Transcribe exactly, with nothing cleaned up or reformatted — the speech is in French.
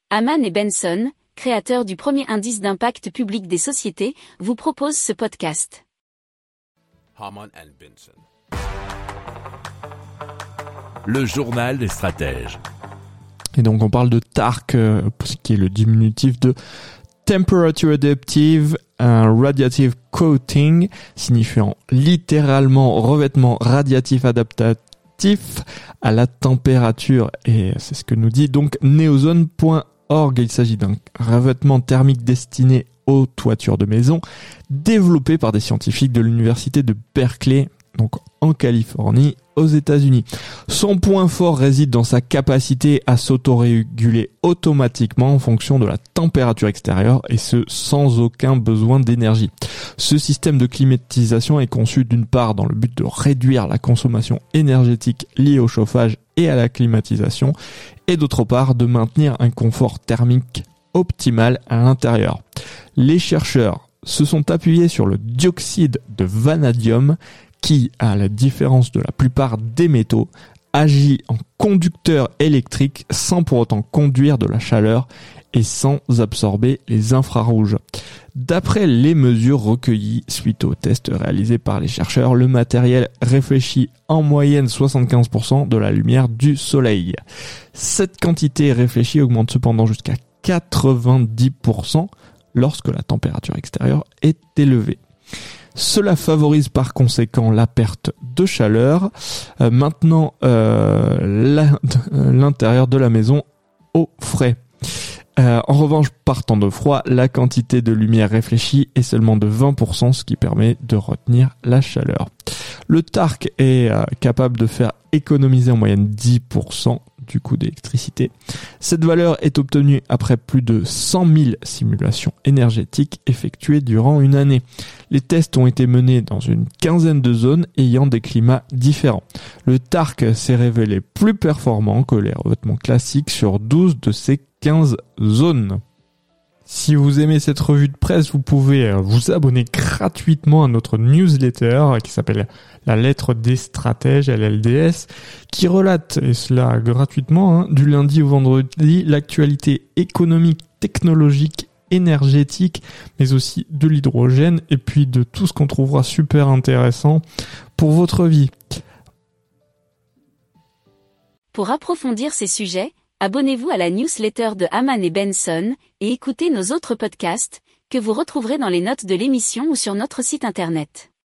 Hamann et Benson, créateurs du premier indice d'impact public des sociétés, vous proposent ce podcast. Hamann and Benson. Le journal des stratèges. Et donc on parle de T A R C, euh, qui est le diminutif de Temperature Adaptive un Radiative Coating, signifiant littéralement revêtement radiatif adaptatif à la température. Et c'est ce que nous dit donc neozone point org. Il s'agit d'un revêtement thermique destiné aux toitures de maisons, développé par des scientifiques de l'université de Berkeley, donc en Californie, aux États-Unis. Son point fort réside dans sa capacité à s'autoréguler automatiquement en fonction de la température extérieure, et ce sans aucun besoin d'énergie. Ce système de climatisation est conçu d'une part dans le but de réduire la consommation énergétique liée au chauffage et à la climatisation, et d'autre part de maintenir un confort thermique optimal à l'intérieur. Les chercheurs se sont appuyés sur le dioxyde de vanadium qui, à la différence de la plupart des métaux, agit en conducteur électrique sans pour autant conduire de la chaleur et sans absorber les infrarouges. D'après les mesures recueillies suite aux tests réalisés par les chercheurs, le matériel réfléchit en moyenne soixante-quinze pour cent de la lumière du soleil. Cette quantité réfléchie augmente cependant jusqu'à quatre-vingt-dix pour cent lorsque la température extérieure est élevée. Cela favorise par conséquent la perte de chaleur, euh, maintenant euh, la, l'intérieur de la maison au frais. Euh, en revanche, partant de froid, la quantité de lumière réfléchie est seulement de vingt pour cent, ce qui permet de retenir la chaleur. Le T A R C est euh, capable de faire économiser en moyenne dix pour cent du coût d'électricité. Cette valeur est obtenue après plus de cent mille simulations énergétiques effectuées durant une année. Les tests ont été menés dans une quinzaine de zones ayant des climats différents. Le T A R C s'est révélé plus performant que les revêtements classiques sur douze de ces quinze zones. Si vous aimez cette revue de presse, vous pouvez vous abonner gratuitement à notre newsletter qui s'appelle La Lettre des Stratèges, L L D S, qui relate, et cela gratuitement, hein, du lundi au vendredi, l'actualité économique, technologique, énergétique, mais aussi de l'hydrogène, et puis de tout ce qu'on trouvera super intéressant pour votre vie. Pour approfondir ces sujets, abonnez-vous à la newsletter de Hamann et Benson et écoutez nos autres podcasts que vous retrouverez dans les notes de l'émission ou sur notre site internet.